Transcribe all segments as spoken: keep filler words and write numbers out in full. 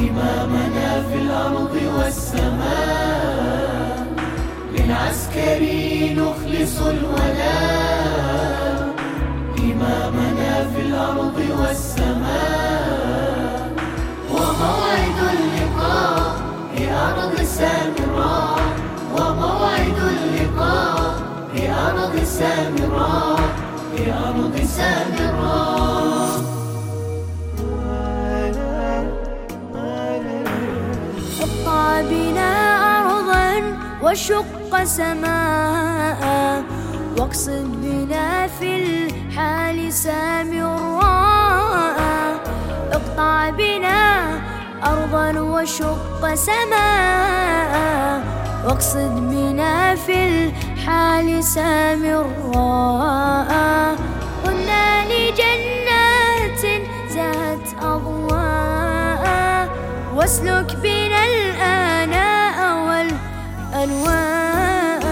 إمامنا في الأرض والسماء، للعسكري نخلص الولاء. إمامنا في الأرض والسماء، وموعد اللقاء في أرض سامراء، وموعد اللقاء في أرض سامراء، في أرض سامراء. اقطع بنا أرضا وشق سماء، واقصد بنا في الحال سامراء. اقطع بنا أرضا وشق سماء، واقصد بنا في الحال سامراء. قلنا لجنات ذات أضواء، واسلك بنا الآناء والأنواء.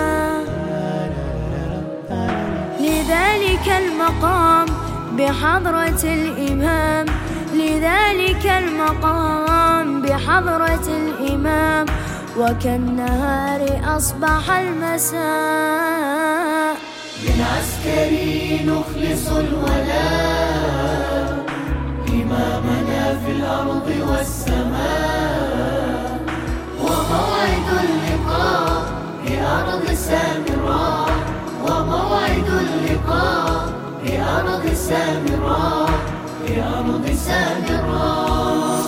لذلك المقام بحضرة الإمام، لذلك المقام بحضرة الإمام، وكالنهار أصبح المساء. للعسكري نخلص الولاء، إمامنا في الأرض والسماء، وموعد اللقاء في أرض سامراء، وموعد اللقاء في أرض سامراء، في أرض سامراء.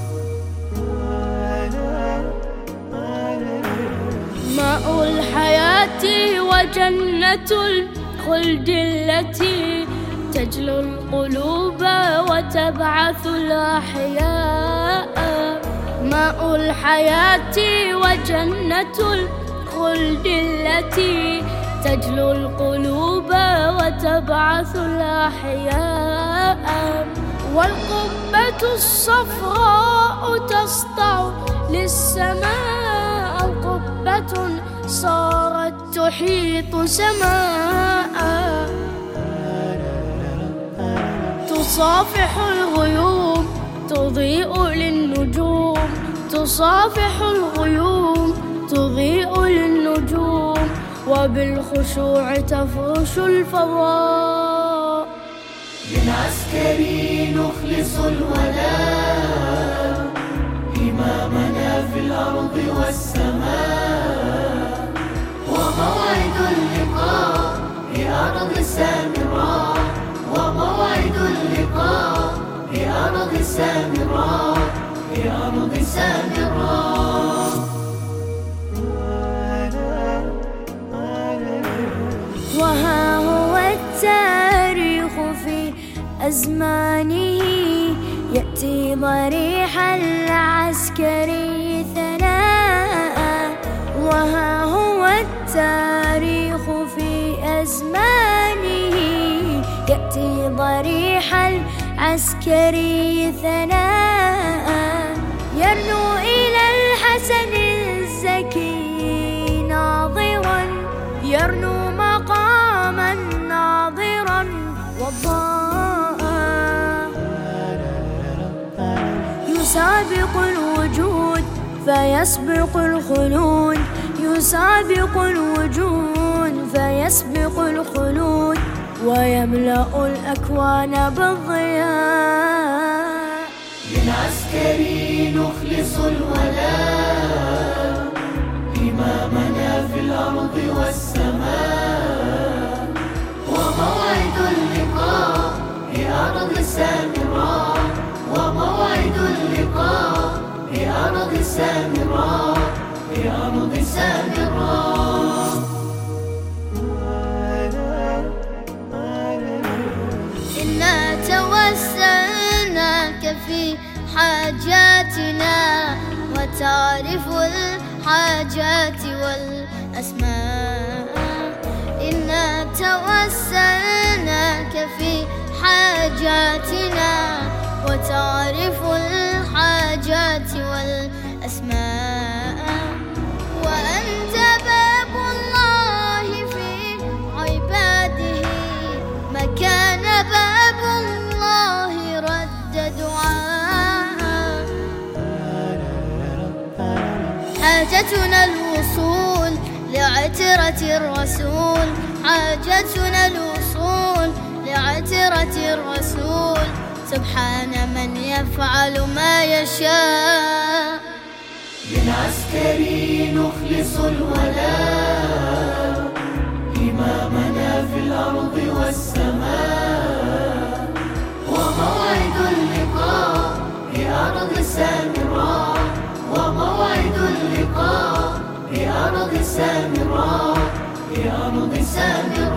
ماء الحياة وجنة الخلد التي تجلو القلوب وتبعث الأحياء. ماء الحياة وجنة الخلد التي تجلو القلوب وتبعث الأحياء. والقبة الصفراء تسطع للسماء، قبة صارت تحيط سماء. تصافح الغيوم تضيء للنجوم، تصافح الغيوم تضيء للنجوم، وبالخشوع تفرش الفضاء. للعسكري نخلص الولاء، إمامنا في الأرض والسماء، وموعد اللقاء في أرض سامراء، وموعد اللقاء في أرض سامراء، في أرض سامراء. وها هو التاريخ في أزمانه يأتي ضريح العسكري ثناء. وها هو التاريخ في أزمانه يأتي ضريح العسكري ثناء. يرنو إلى الحسن الزكي ناظرا، يرنو مقاما ناظرا وضاء. يسابق الوجود فيسبق الخلود، يسابق الوجود فيسبق الخلود، ويملأ الأكوان بالضياء. للعسكري نخلص الولاء، إمامنا في الأرض والسماء، وموعد اللقاء في أرض سامراء، وموعد اللقاء في أرض سامراء، في أرض سامراء. إنا توسلناك في حاجاتنا، وتعرف الحاجات والأسماء. إنا توسلناك في حاجاتنا، وتعرف الحاجات والأسماء. وأنت باب الله في عباده، مكان باب الله رد دعاء. حاجتنا الوصول لعترة الرسول، حاجتنا الوصول لعترة الرسول، سبحان من يفعل ما يشاء. للعسكري نخلص الولاء، إمامنا في الأرض والسماء، وموعد اللقاء بأرض سامراء، وموعد اللقاء بأرض سامراء، بأرض سامراء.